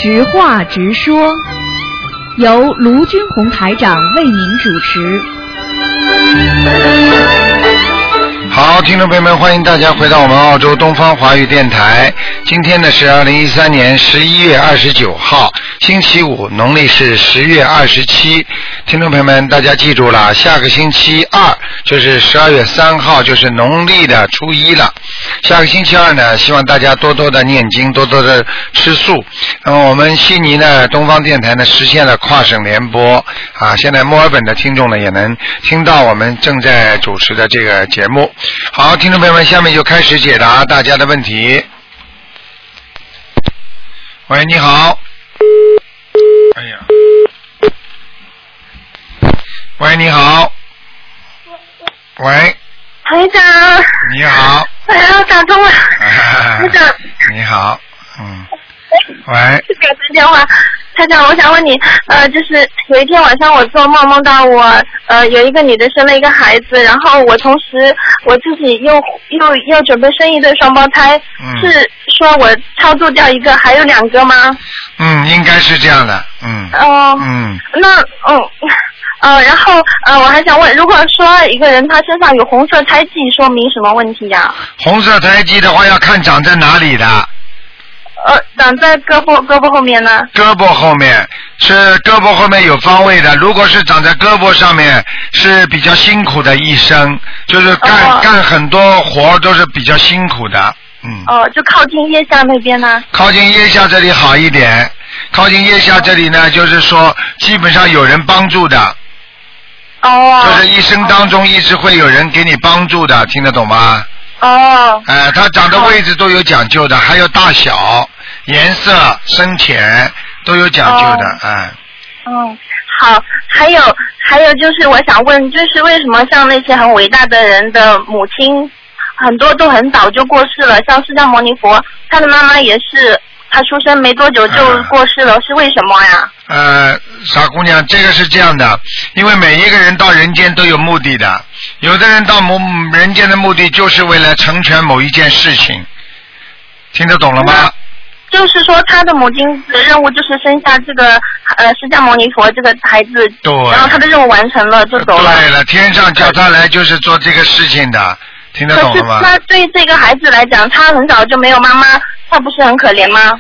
直话直说，由卢军红台长为您主持。 好，听众朋友们，欢迎大家回到我们澳洲东方华语电台。今天呢是2013年11月29号，星期五，农历是10月27。听众朋友们，大家记住了，下个星期二就是12月3号，就是农历的初一了。下个星期二呢，希望大家多多的念经，多多的吃素。那么我们悉尼呢，东方电台呢实现了跨省联播啊，现在墨尔本的听众呢也能听到我们正在主持的这个节目。好，听众朋友们，下面就开始解答大家的问题。喂，你好。哎呀。喂，你好。喂。 台长。 你好。 哎呀，打通了。台长。 你好。喂。 给打电话。台长，我想问你，就是有一天晚上我做梦，梦到我有一个女的生了一个孩子，然后我同时我自己又准备生一对双胞胎，是说我超度掉一个，还有2个吗？ 应该是这样的， 然后我还想问，如果说一个人他身上有红色胎记，说明什么问题呀？ 红色胎记的话，要看长在哪里的。 长在胳膊后面呢？ 胳膊后面是胳膊后面有方位的，如果是长在胳膊上面，是比较辛苦的一生，就是干很多活都是比较辛苦的。 就靠近腋下那边呢？靠近腋下这里好一点，靠近腋下这里呢，就是说基本上有人帮助的。就是一生当中一直会有人给你帮助的，听得懂吗？它长的位置都有讲究的，还有大小、颜色、深浅都有讲究的， 好，还有就是我想问，就是为什么像那些很伟大的人的母亲，很多都很早就过世了，像释迦牟尼佛，他的妈妈也是，他出生没多久就过世了，是为什么呀？ 傻姑娘，这个是这样的，因为每一个人到人间都有目的的，有的人到人间的目的就是为了成全某一件事情，听得懂了吗？ 就是说他的母亲的任务就是生下这个释迦牟尼佛这个孩子， 对， 然后他的任务完成了就走了。 对了，天上叫他来就是做这个事情的，听得懂了吗？ 可是他对这个孩子来讲，他很早就没有妈妈，他不是很可怜吗？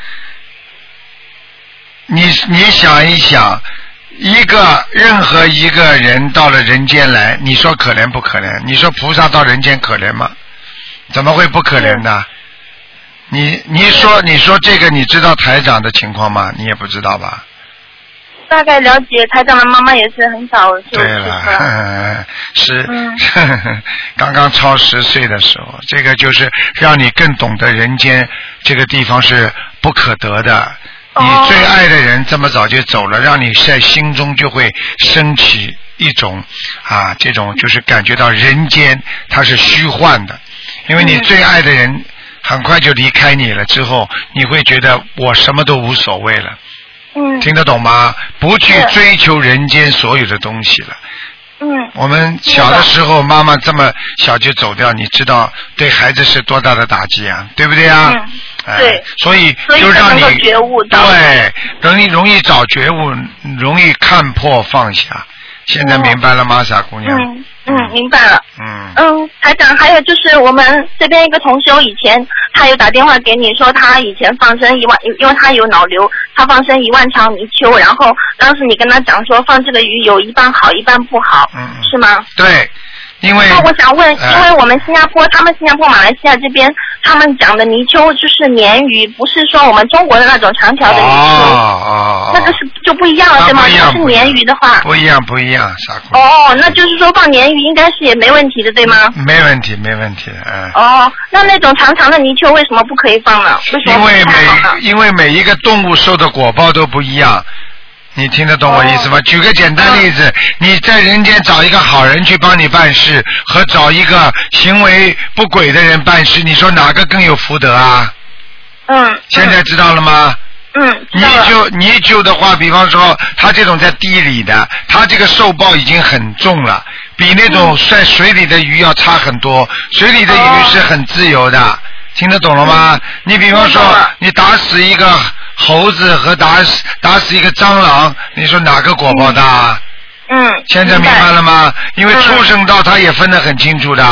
你想一想，任何一个人到了人间来，你说可怜不可怜？你说菩萨到人间可怜吗？怎么会不可怜呢？你说这个，你知道台长的情况吗？你也不知道吧？ 大概了解，台长的妈妈也是很早就对了，是刚刚超10岁的时候，这个就是让你更懂得人间这个地方是不可得的。你最爱的人这么早就走了，让你在心中就会升起一种这种就是感觉到人间它是虚幻的，因为你最爱的人很快就离开你了之后，你会觉得我什么都无所谓了，听得懂吗？不去追求人间所有的东西了。我们小的时候妈妈这么小就走掉，你知道对孩子是多大的打击啊，对不对啊？ 对， 所以就让你觉悟到， 对，容易找觉悟，容易看破放下。现在明白了吗，傻姑娘？ 明白了。台长，还有就是我们这边一个同修以前他有打电话给你说他以前放生1万，因为他有脑瘤，他放生1万条泥鳅，然后当时你跟他讲说放这个鱼有一半好一半不好，是吗？ 对。因为那我想问，因为我们新加坡、马来西亚这边，他们讲的泥鳅就是鲶鱼，不是说我们中国的那种长条的泥鳅。那个是就不一样了，对吗？是鲶鱼的话。 不一样，傻姑娘。 那就是说放鲶鱼应该是也没问题的，对吗？ 没问题的。那种长长的泥鳅为什么不可以放呢？ 因为每一个动物受的果报都不一样。你听得懂我意思吗？举个简单例子，你在人间找一个好人去帮你办事，和找一个行为不轨的人办事，你说哪个更有福德啊？现在知道了吗？泥鳅的话，比方说他这种在地里的，他这个受报已经很重了，比那种在水里的鱼要差很多。水里的鱼是很自由的，听得懂了吗？你比方说你打死一个猴子和打死一个蟑螂，你说哪个果报大？现在明白了吗？因为畜生道他也分得很清楚的。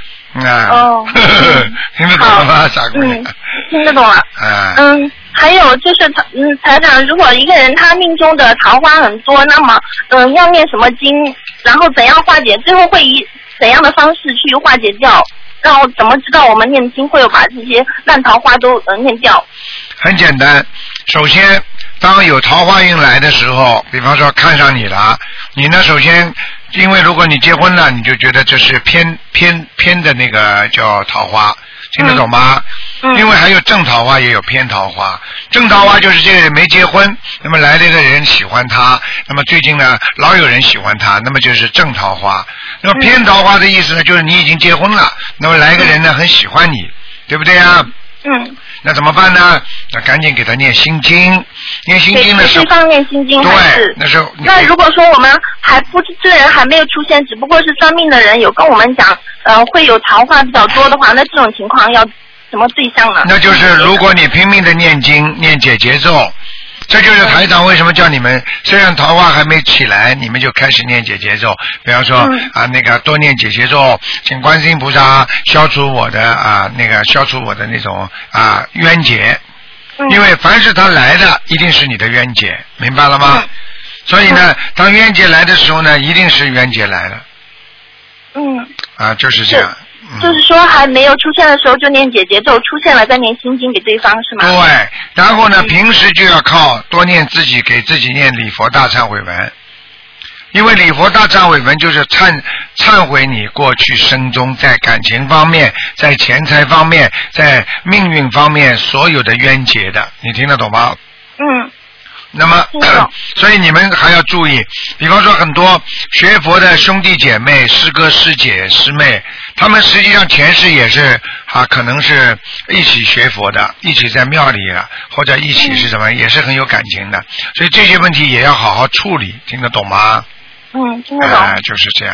听得懂了吗，傻姑娘？ 听得懂了。还有就是台长，如果一个人他命中的桃花很多，那么要念什么经，然后怎样化解，最后会以怎样的方式去化解掉？然后怎么知道我们念经会有把这些烂桃花都念掉？ 很简单，首先当有桃花运来的时候，比方说看上你了，你呢首先因为如果你结婚了，你就觉得这是偏的那个叫桃花，听得懂吗？因为还有正桃花也有偏桃花，正桃花就是这个人没结婚，那么来了一个人喜欢他，那么最近呢老有人喜欢他，那么就是正桃花。那么偏桃花的意思呢，就是你已经结婚了，那么来个人呢很喜欢你，对不对啊？那怎么办呢？那赶紧给他念心经，念心经的时候， 对方念心经， 对，那时候。 那如果说我们这个人还没有出现，只不过是算命的人有跟我们讲，会有桃花比较多的话，那这种情况要什么对象呢？ 那就是如果你拼命的念经，念解结咒。这就是台长为什么叫你们，虽然桃花还没起来，你们就开始念解结咒。比方说那个多念解结咒，请观世音菩萨消除我的消除我的那种冤结。因为凡是他来的，一定是你的冤结，明白了吗？所以呢，当冤结来的时候呢，一定是冤结来了。就是这样。 就是说还没有出现的时候就念解结咒，出现了再念心经给对方是吗？ 对，然后呢，平时就要靠多念给自己念礼佛大忏悔文，因为礼佛大忏悔文就是忏悔你过去生中在感情方面、在钱财方面、在命运方面所有的冤结的，你听得懂吗？那么所以你们还要注意，比方说很多学佛的兄弟姐妹、师哥师姐师妹，他们实际上前世也是可能是一起学佛的，一起在庙里或者一起是什么，也是很有感情的，所以这些问题也要好好处理，听得懂吗？ 听得懂。 就是这样。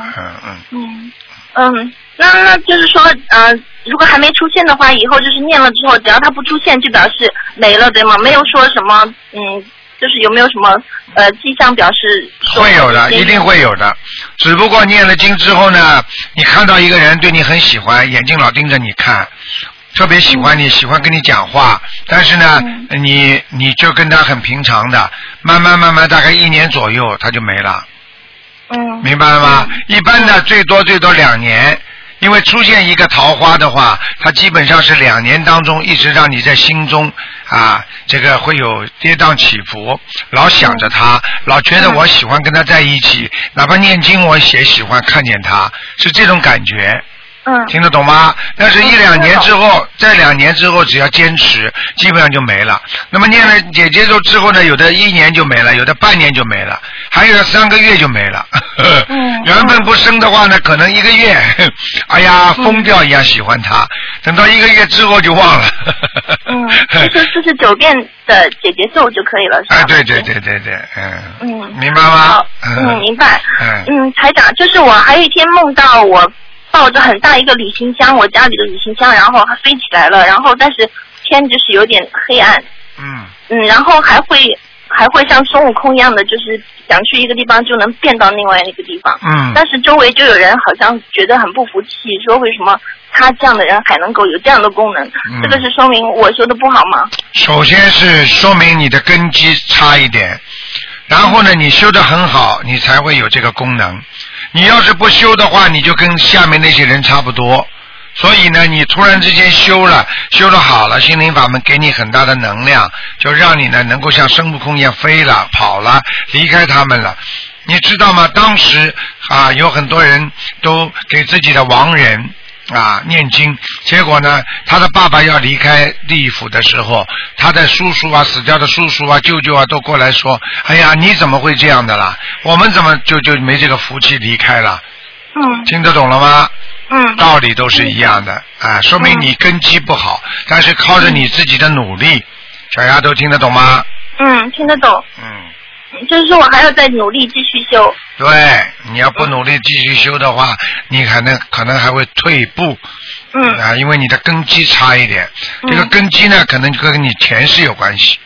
那就是说如果还没出现的话，以后就是念了之后，只要它不出现就表示没了，对吗？没有说什么就是有没有什么迹象表示？ 会有的，一定会有的。只不过念了经之后呢，你看到一个人对你很喜欢，眼睛老盯着你看，特别喜欢你，喜欢跟你讲话，但是呢你就跟他很平常的，慢慢大概1年左右他就没了。明白了吗？一般的最多2年，因为出现一个桃花的话，它基本上是2年当中一直让你在心中这个会有跌宕起伏，老想着他，老觉得我喜欢跟他在一起，哪怕念经我也喜欢看见他，是这种感觉。听得懂吗？但是1-2年之后，在2年之后只要坚持，基本上就没了。那么念了解结咒之后呢，有的1年就没了，有的半年就没了，还有的3个月就没了。缘分不深的话呢，可能1个月，哎呀疯掉一样喜欢他，等到1个月之后就忘了。 就是9遍的解结咒就可以了，是吧？ 对，明白吗？ 明白。台长，就是我还有一天梦到我抱着很大一个旅行箱，我家里的旅行箱，然后它飞起来了，然后但是天就是有点黑暗，然后还会像孙悟空一样的，就是想去一个地方就能变到另外一个地方，但是周围就有人好像觉得很不服气，说为什么他这样的人还能够有这样的功能？这个是说明我修的不好吗？首先是说明你的根基差一点，然后呢你修得很好，你才会有这个功能。你要是不修的话，你就跟下面那些人差不多。所以呢，你突然之间修了好了，心灵法门给你很大的能量，就让你呢能够像孙悟空一样飞了、跑了、离开他们了。你知道吗？当时有很多人都给自己的亡人念经，结果呢他的爸爸要离开地府的时候，他的叔叔死掉的叔叔舅舅都过来说，哎呀你怎么会这样的啦，我们怎么就没这个福气离开了。听得懂了吗？道理都是一样的说明你根基不好，但是靠着你自己的努力，小丫都听得懂吗？ 听得懂。就是说我还要再努力继续修。 对，你要不努力继续修的话，你可能还会退步。因为你的根基差一点，这个根基呢可能跟你前世有关系。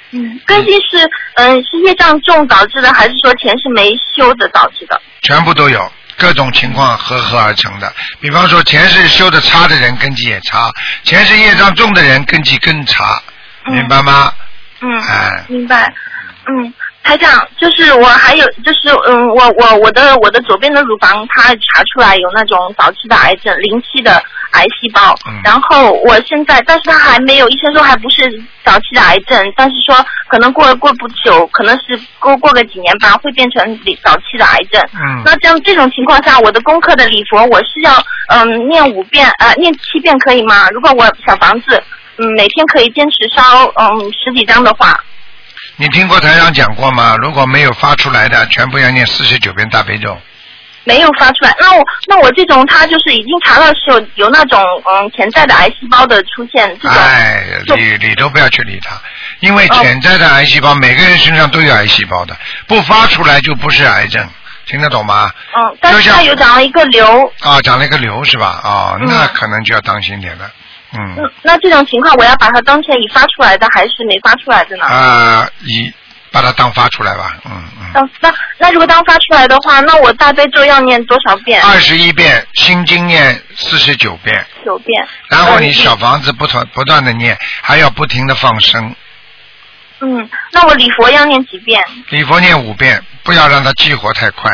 根基是是业障重导致的，还是说前世没修的导致的？ 全部都有，各种情况合而成的。比方说前世修的差的人根基也差，前世业障重的人根基更差，明白吗？ 明白。台长，就是我还有就是我的左边的乳房它查出来有那种早期的癌症，07的癌细胞，然后我现在但是它还没有，医生说还不是早期的癌症，但是说可能过不久，可能是过个几年吧，会变成早期的癌症。那这种情况下，我的功课的礼佛我是要念5遍念7遍可以吗？如果我小房子每天可以坚持烧10几张的话。 你听过台长讲过吗？如果没有发出来的，全部要念49遍大悲咒。 没有发出来，那我这种他就是已经查到是有那种潜在的癌细胞的出现，这种理都不要去理它，因为潜在的癌细胞每个人身上都有癌细胞的，不发出来就不是癌症，听得懂吗？ 但是它有长了一个瘤。 长了一个瘤是吧？那可能就要当心点了。 那这种情况我要把它当成已发出来的还是没发出来的呢？ 把它当发出来吧。 那如果当发出来的话，那我大悲咒要念多少遍 ？21遍，心经念49遍。 9遍。 然后你小房子不断的念，还要不停的放生。 那我礼佛要念几遍？ 礼佛念5遍，不要让它激活太快。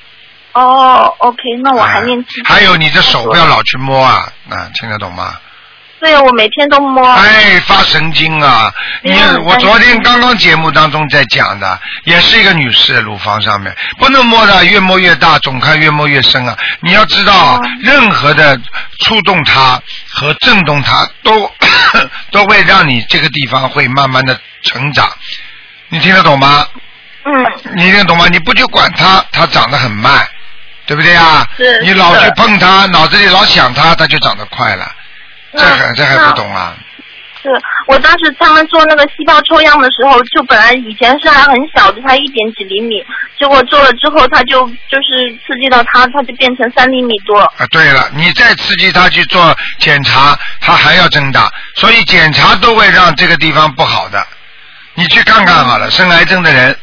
OK， 那我还念7遍。 还有你的手不要老去摸啊，听得懂吗？ 对，我每天都摸。 发神经啊！我昨天刚刚节目当中在讲的，也是一个女士乳房上面不能摸的，越摸越大，肿开越摸越深啊！你要知道，任何的触动它和震动它都会让你这个地方会慢慢的成长。你听得懂吗？你听得懂吗？你不去管它，它长得很慢，对不对啊？你老去碰它，脑子里老想它，它就长得快了。这还不懂啊？ 是我当时他们做那个细胞抽样的时候，就本来以前是还很小的，才1点几厘米，结果做了之后，它就是刺激到它就变成3厘米多。 对了，你再刺激它去做检查，它还要增大，所以检查都会让这个地方不好的。你去看看好了，生癌症的人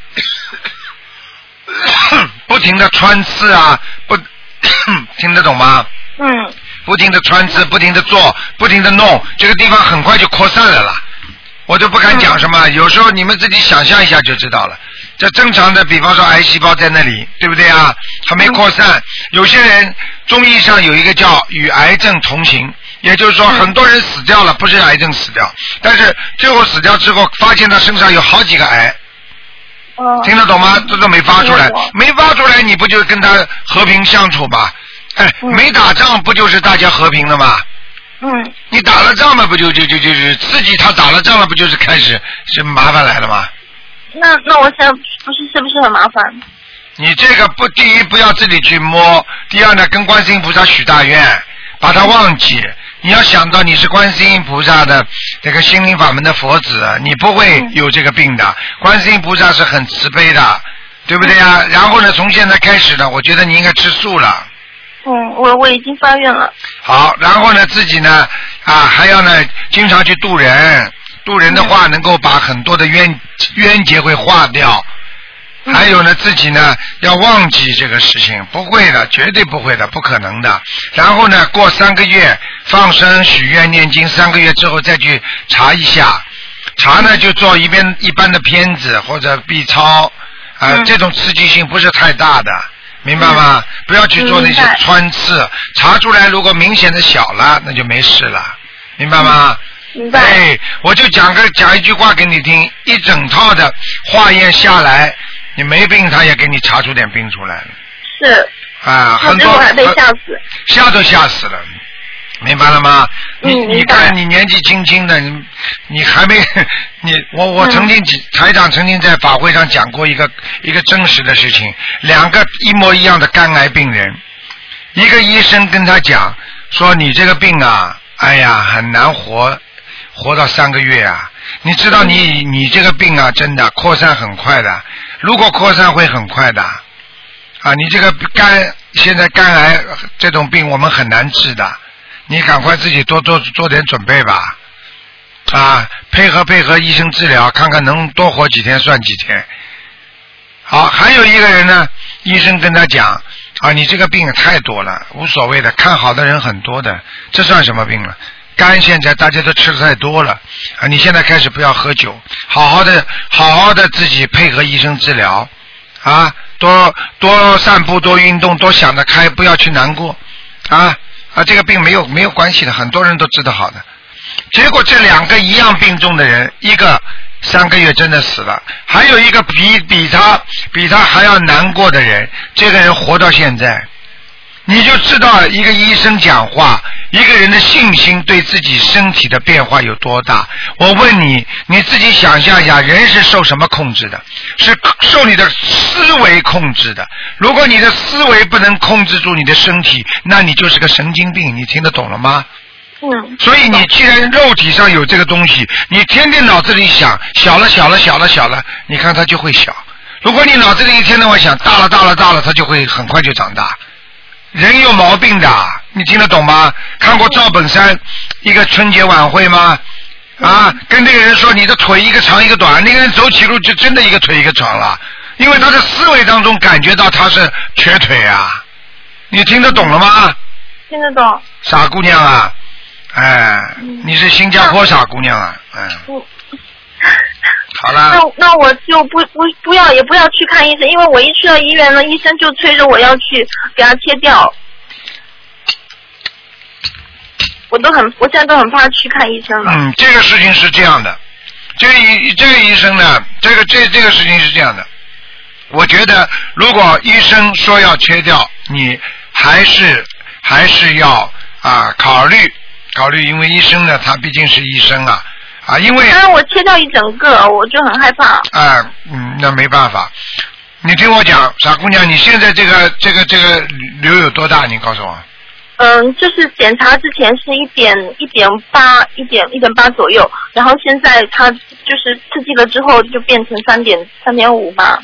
不停的穿刺啊，听得懂吗？不停的穿刺，不停的做，不停的弄，这个地方很快就扩散了啦。我都不敢讲什么，有时候你们自己想象一下就知道了。这正常的，比方说癌细胞在那里，对不对啊？还没扩散。有些人中医上有一个叫与癌症同行，也就是说很多人死掉了，不是癌症死掉，但是最后死掉之后，发现他身上有好几个癌。听得懂吗？这都没发出来，没发出来，你不就跟他和平相处吗？没打仗不就是大家和平了吗？你打了仗嘛，不就是刺激他打了仗了，不就是开始是麻烦来了吗？ 那我想是不是很麻烦？ 你这个第一不要自己去摸，第二呢跟观世音菩萨许大愿，把它忘记。你要想到你是观世音菩萨的这个心灵法门的佛子，你不会有这个病的。观世音菩萨是很慈悲的，对不对呀？然后呢，从现在开始呢，我觉得你应该吃素了。 我已经发愿了。 好，然后呢，自己呢还要呢经常去度人，度人的话能够把很多的冤结会化掉。还有呢，自己呢要忘记这个事情，不会的，绝对不会的，不可能的。然后呢，过3个月放生、许愿、念经，3个月之后再去查一下。查呢就做一般的片子或者 B 超这种刺激性不是太大的。明白吗？不要去做那些穿刺，查出来如果明显的小了，那就没事了，明白吗？ 明白。 我就讲一句话给你听，一整套的化验下来，你没病，他也给你查出点病出来了。 是。 很多还被吓死。 吓都吓死了。明白了吗？你看你年纪轻轻的，你还没我曾经台长曾经在法会上讲过一个真实的事情，2个一模一样的肝癌病人，一个医生跟他讲说你这个病啊，哎呀很难活到3个月啊，你知道你这个病啊真的扩散很快的，如果扩散会很快的你这个现在肝癌这种病我们很难治的。你赶快自己多做点准备吧， 啊，配合医生治疗，看看能多活几天算几天。好，还有一个人呢，医生跟他讲啊，你这个病太多了，无所谓的，看好的人很多的，这算什么病了？肝现在大家都吃的太多了啊！你现在开始不要喝酒，好好的自己配合医生治疗啊，多散步，多运动，多想得开，不要去难过啊！这个病没有关系的，很多人都治得好的。结果这两个一样病重的人，一个3个月真的死了，还有一个比他还要难过的人，这个人活到现在，你就知道一个医生讲话，一个人的信心对自己身体的变化有多大。我问你，你自己想象一下，人是受什么控制的？是受你的思维控制的。如果你的思维不能控制住你的身体，那你就是个神经病，你听得懂了吗？所以你既然肉体上有这个东西，你天天脑子里想小了，你看它就会小。如果你脑子里一天到晚想大了，它就会很快就长大。人有毛病的，你听得懂吗？看过赵本山一个春节晚会吗？啊，跟那个人说你的腿一个长一个短，那个人走起路就真的一个腿一个长了，因为他的思维当中感觉到他是瘸腿啊。你听得懂了吗？ 听得懂。 傻姑娘啊！你是新加坡傻姑娘啊！好了。 那我就不要去看医生，因为我一去到医院呢，医生就催着我要去给他切掉。我现在都很怕去看医生了。 这个事情是这样的，这个医生呢，这个事情是这样的。我觉得如果医生说要切掉，你还是要考虑，因为医生呢，他毕竟是医生啊，因为但是我切掉一整个，我就很害怕。 那没办法。你听我讲，傻姑娘，你现在这个瘤有多大？你告诉我。 就是检查之前是1.8左右，然后现在它就是刺激了之后就变成3.5吧。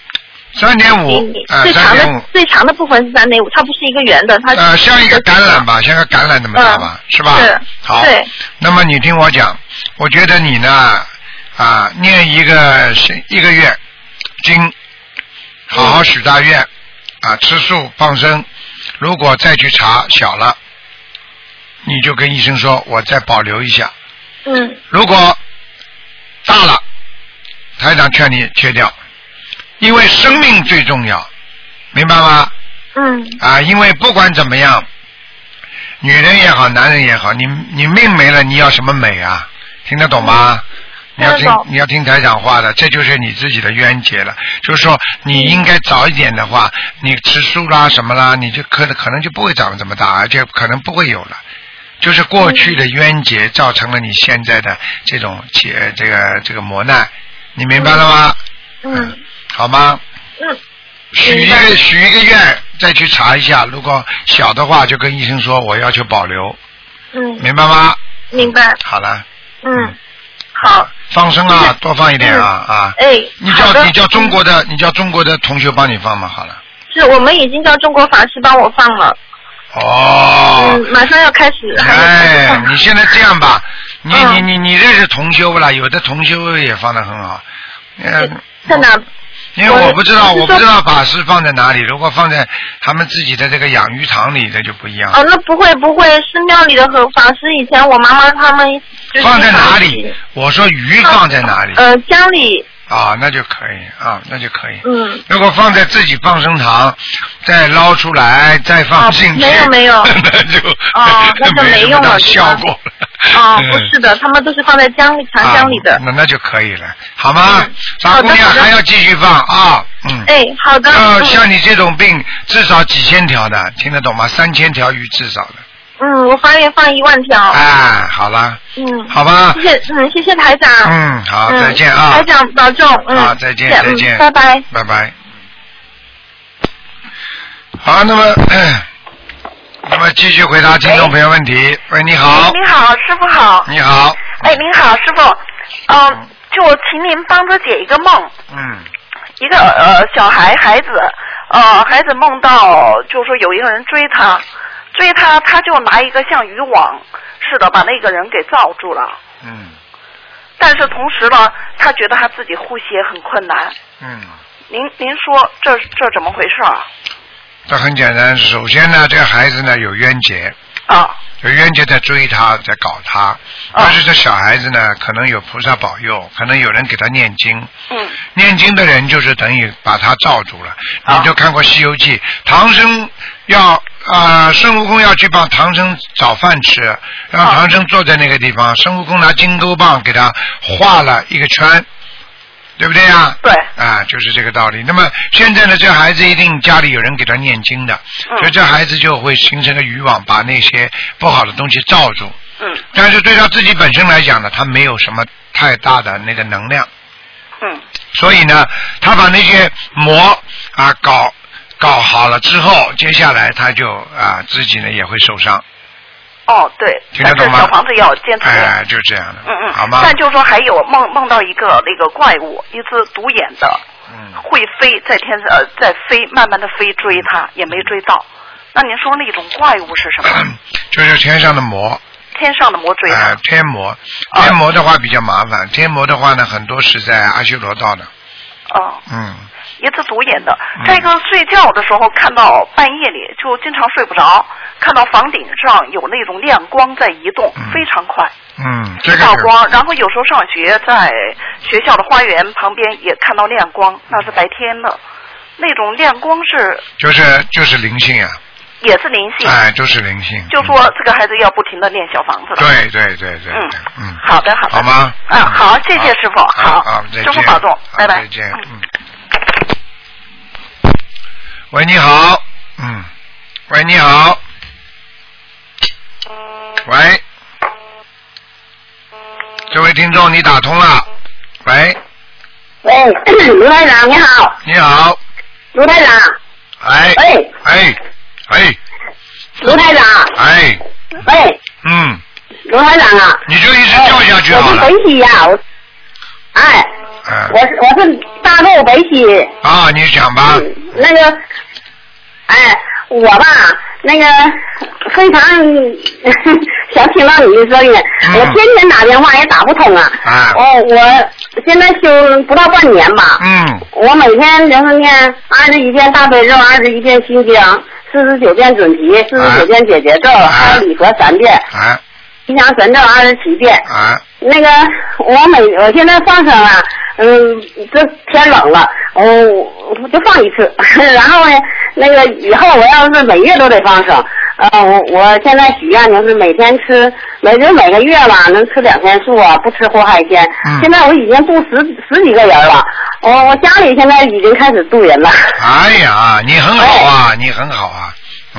3.5， 最长的部分是3.5，它不是一个圆的，它像一个橄榄吧，像个橄榄那么大吧，是吧？ 是。 好。对。那么你听我讲，我觉得你呢，念一个月经，好好许大愿，吃素放生。如果再去查小了，你就跟医生说，我再保留一下。如果大了，台长劝你切掉。因为生命最重要，明白吗？因为不管怎么样，女人也好，男人也好，你命没了，你要什么美啊？听得懂吗？你要听台长话的，这就是你自己的冤结了。就是说，你应该早一点的话，你吃素啦什么啦，你就可能就不会长得这么大，而且可能不会有了。就是过去的冤结造成了你现在的这种这个磨难，你明白了吗？好吗？许一个愿，再去查一下。如果小的话，就跟医生说我要求保留。明白吗？ 明白。 好了。 好。 放生啊，多放一点啊。你叫中国的同学帮你放嘛，好了。 是我们已经叫中国法师帮我放了。马上要开始。 你现在这样吧，你认识同修不啦？有的同修也放得很好。 在哪？ 因为我不知道法师放在哪里。如果放在他们自己的这个养鱼塘里，这就不一样。 那不会，是庙里的和法师。以前我妈妈他们就是放在哪里？我说鱼放在哪里？ 江里。 那就可以那就可以。如果放在自己放生塘，再捞出来再放进去， 没有， 那就没用了， 效果了。 不是的，他们都是放在长江里的。 那就可以了，好吗？傻姑娘还要继续放啊。 好的。 像你这种病，至少几千条的，听得懂吗？3000条鱼至少的。 我发愿放1万条。 好了。好吧。 谢谢台长。 好，再见啊。 台长保重。 好，再见。 拜拜。 拜拜。好，那么继续回答听众朋友问题。喂，你好。 你好，师傅好。 你好。 您好，师傅。就请您帮着解一个梦。一个小孩子梦到，就是说有一个人追他，他就拿一个像渔网似的把那个人给罩住了。 但是同时呢，他觉得他自己呼吸也很困难。您说这怎么回事啊？ 这很简单，首先呢，这个孩子呢有冤结有冤结在追他，在搞他。但是这小孩子呢，可能有菩萨保佑，可能有人给他念经。念经的人就是等于把他罩住了。你就看过《西游记》，唐僧要孙悟空要去帮唐僧找饭吃，让唐僧坐在那个地方，孙悟空拿金钩棒给他画了一个圈。对不对呀？ 对。 就是这个道理。那么现在呢，这孩子一定家里有人给他念经的，所以这孩子就会形成个渔网，把那些不好的东西罩住。但是对他自己本身来讲呢，他没有什么太大的那个能量。所以呢，他把那些魔搞好了之后，接下来他就自己呢也会受伤。 对， 听得懂吗？ 小房子要坚持。 就这样的。好吗？ 但就是说还有梦到一个那个怪物，一只独眼的，会飞，在天上在飞，慢慢的飞追他，也没追到。那您说那种怪物是什么？ 就是天上的魔。 天上的魔追他。 天魔。天魔的话比较麻烦，天魔的话呢，很多是在阿修罗道的。一只独眼的，在一个睡觉的时候看到半夜里就经常睡不着，看到房顶上有那种亮光在移动，非常快。 这个道光，然后有时候上学在学校的花园旁边也看到亮光，那是白天的，那种亮光是就是灵性啊。 也是灵性。 就是灵性。 就说这个孩子要不停的练小房子。 对。 好的。 好吗？ 好，谢谢师傅。好，师傅保重，拜拜。 再见。喂，你好。喂，你好。喂，这位听众，你打通了。喂， 卢台长你好。 你好。 卢台长。卢台长。卢台长啊。 你就一直叫下去好了。 我是北西呀，我是大陆北西。 你讲吧。 那个，我吧，那个非常想听到你的声音，我天天打电话也打不通啊。我现在修不到半年吧。我每天就是念21遍大悲咒，21遍心经，49遍准提，49遍解结咒，还有礼佛3遍。吉祥神咒27遍。那个我现在放生啊，这天冷了，我就放一次，然后呢，那个以后我要是每月都得放生，我现在许愿就是每天吃，每个月吧能吃2天素啊，不吃活海鲜。现在我已经度十几个人了，我家里现在已经开始度人了。 哎呀，你很好啊，你很好啊，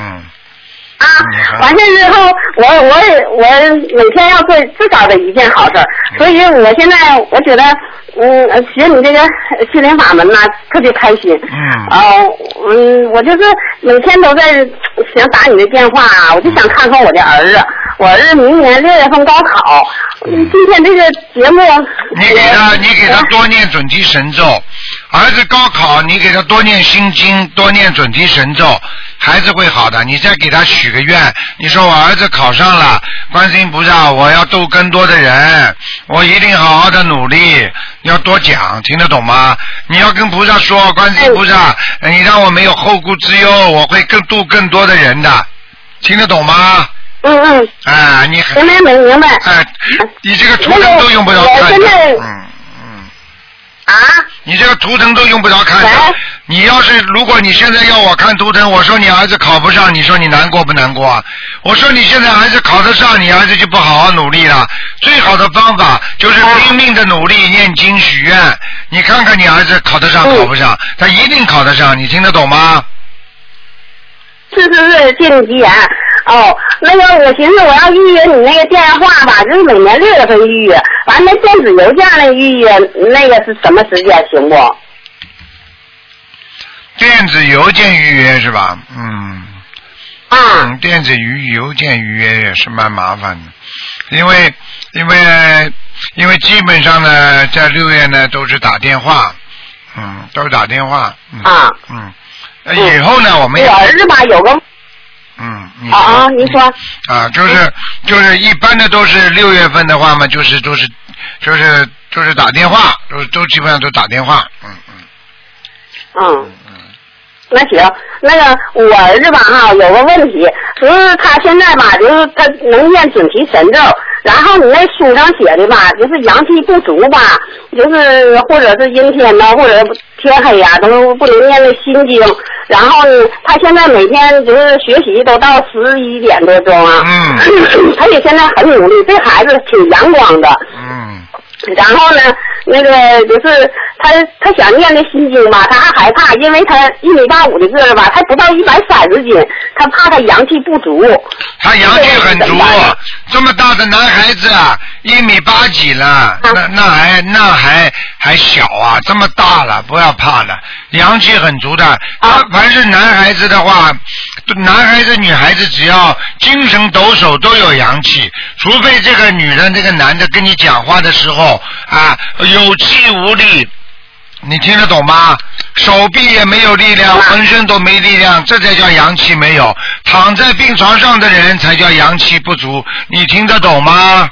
完事之后，我每天要做至少的一件好事，所以我现在我觉得，学你这个心灵法门呐，特别开心。我就是每天都在想打你的电话，我就想看看我的儿子，我儿子明年6月份高考。今天这个节目， 你给他多念准提神咒，儿子高考你给他多念心经，多念准提神咒，孩子会好的。你再给他许个愿，你说我儿子考上了，观世音菩萨，我要度更多的人，我一定好好的努力，要多讲，听得懂吗？你要跟菩萨说，观世音菩萨，你让我没有后顾之忧，我会度更多的人的，听得懂吗？你明白。 你这个图腾都用不着看的。你这个图腾都用不着看的。你如果你现在要我看图腾，我说你儿子考不上，你说你难过不难过啊？我说你现在儿子考得上，你儿子就不好好努力了。最好的方法就是拼命的努力念经许愿。你看看你儿子考得上考不上，他一定考得上，你听得懂吗？ 是，借你吉言。那个我寻思我要预约你那个电话吧，就是每年6月份预约，完了电子邮件的预约那个是什么时间行不？ 电子邮件预约是吧？电子邮件预约也是蛮麻烦的，因为基本上呢，在6月呢都是打电话，都是打电话。以后呢，我们我儿子吧有个。 你说。就是一般的都是6月份的话嘛，都是就是打电话，都基本上都打电话， 那行，那个我儿子吧哈，有个问题，就是他现在吧，就是他能念准提神咒，然后你那书上写的吧，就是阳气不足吧，就是或者是阴天呐，或者天黑呀，都不能念那心经。然后呢，他现在每天就是学习都到11点多钟啊，他也现在很努力，这孩子挺阳光的，然后呢，那个就是他想念那心经吧，他还害怕，因为他1.85米的个儿吧，他不到130斤，他怕他阳气不足。 他阳气很足，这么大的男孩子1.8米几了，那还小啊，这么大了，不要怕了，阳气很足的。凡是男孩子的话，男孩子女孩子只要精神抖擞都有阳气，除非这个女人这个男的跟你讲话的时候有气无力，你听得懂吗？手臂也没有力量，浑身都没力量，这才叫阳气没有。躺在病床上的人才叫阳气不足，你听得懂吗？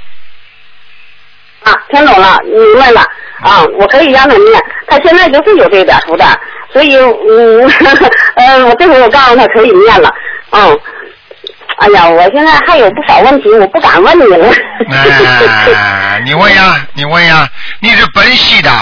听懂了，明白了我可以让他念，他现在就是有这点负担，所以我这回我告诉他可以念了，哎呀，我现在还有不少问题，我不敢问你了。 你问呀，你是本溪的。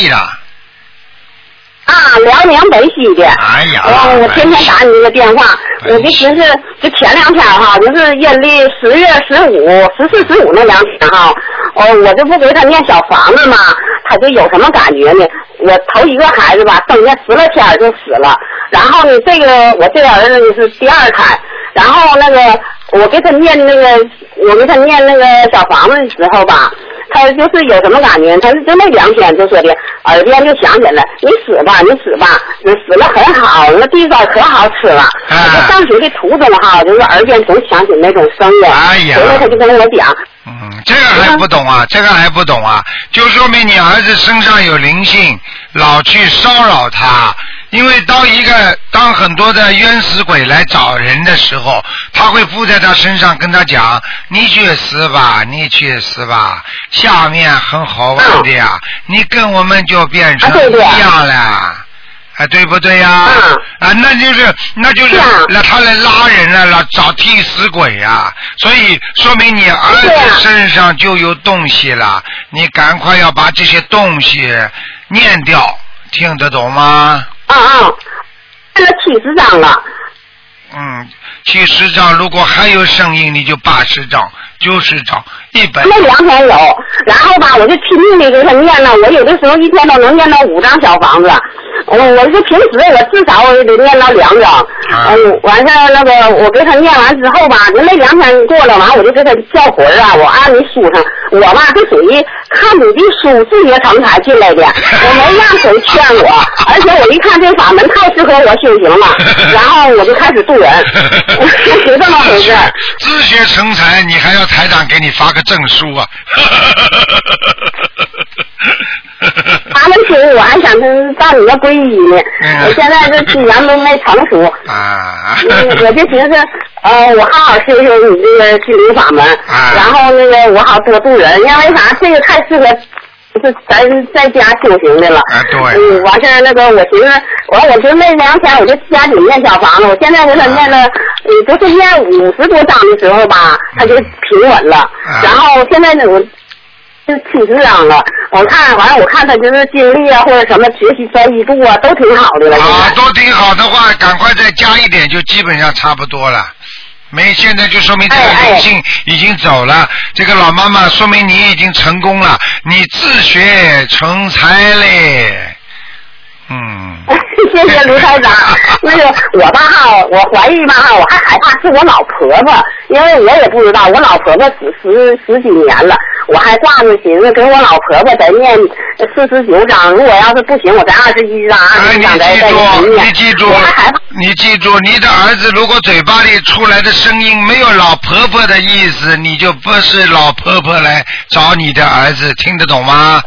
辽宁本溪的。 哎呀， 我天天打你这个电话，我就寻思，就前2天哈，就是阴历10月15、14、15那2天哈，我就不给他念小房子嘛，他就有什么感觉呢？我头一个孩子吧，生下10来天就死了，然后呢，我这个儿子是第2胎，然后那个我给他念那个小房子的时候吧。他就是有什么感觉？他就那2天就说的，耳边就响起来，你死吧，你死了很好，那地瓜可好吃了。他上学的途中哈，就是耳边总响起那种声音。 哎呀， 回来他就跟我讲。 这个还不懂啊，就说明你儿子身上有灵性，老去骚扰他。因为当很多的冤死鬼来找人的时候，他会附在他身上跟他讲，你去死吧，下面很好玩的呀，你跟我们就变成一样了。对不对呀？那就是他来拉人了，找替死鬼啊！所以说明你儿子身上就有东西了，你赶快要把这些东西念掉，听得懂吗？ 这个70张了。 70张，如果还有声音，你就80张、90张、100。 那2天有，然后吧，我就拼命的给他念了，我有的时候一天都能念到5张小房子。我是平时我至少我也得念到2张。完事那个我给他念完之后吧，那2天过了，完我就给他叫魂我按你书上，我吧是属于看你的书自学成才进来的，我没让谁劝我，而且我一看这法门太适合我修行了，然后我就开始度人，就这么回事。 自学成才，你还要台长给你发个证书啊？ 发了书，我还想到你要皈依呢。我现在这机缘都没成熟。我就寻思，我好好修修你这个心灵法门，然后那个我好多度人，因为啥？这个太适合是咱在家修行的了。 对。 完事那个我寻思，我就那2天我就加紧念小房子，我现在给他念了，就是念50多章的时候吧，他就平稳了。然后现在呢，我就70张了。我看他就是精力或者什么学习专一度都挺好的了。 都挺好的话，赶快再加一点，就基本上差不多了。现在就说明这个灵性已经走了，这个老妈妈说明你已经成功了，你自学成才嘞。 谢谢卢台长。那个我吧我怀疑吧我还害怕是我老婆婆，因为我也不知道，我老婆婆死十几年了，我还挂着寻思跟我老婆婆再念49章，如果要是不行，我再21章再念。 你记住，你的儿子如果嘴巴里出来的声音没有老婆婆的意思，你就不是老婆婆来找你的儿子，听得懂吗？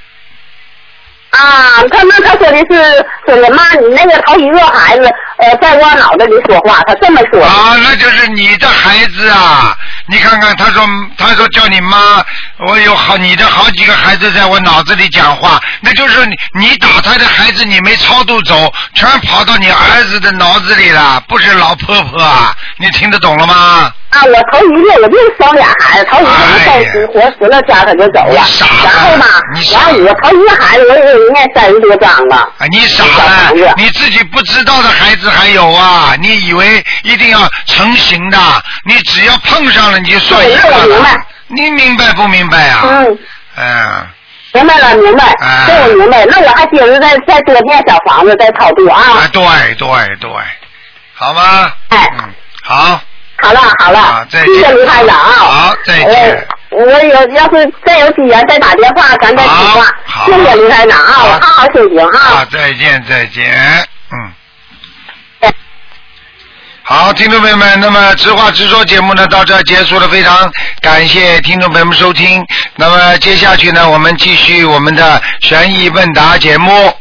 他说的是说的妈，你那个头一个孩子在我脑袋里说话，他这么说。 那就是你的孩子啊， 你看看，他说叫你妈，我有你的好几个孩子在我脑子里讲话，那就是你打胎的孩子你没超度走，全跑到你儿子的脑子里了，不是老婆婆啊，你听得懂了吗？ 啊，我头一个我就生俩孩子，头一个就活死了家他就走了，然后嘛，然后我头一个孩子我也应该30多张了。 啊，你傻了，你自己不知道的孩子还有啊，你以为一定要成型的，你只要碰上了你就算一个了。你明白不明白啊？ 明白了，明白，这我明白。那我还接着再多建小房子，再超度啊。 对，好吗？好。 好了，谢谢卢台长啊。 好，再见。 我要是再有机缘再打电话，咱再说话。谢谢卢台长啊，我好好修行啊。 好，再见。好，听众朋友们，那么直话直说节目呢到这结束了，非常感谢听众朋友们收听。那么接下去呢，我们继续我们的悬疑问答节目。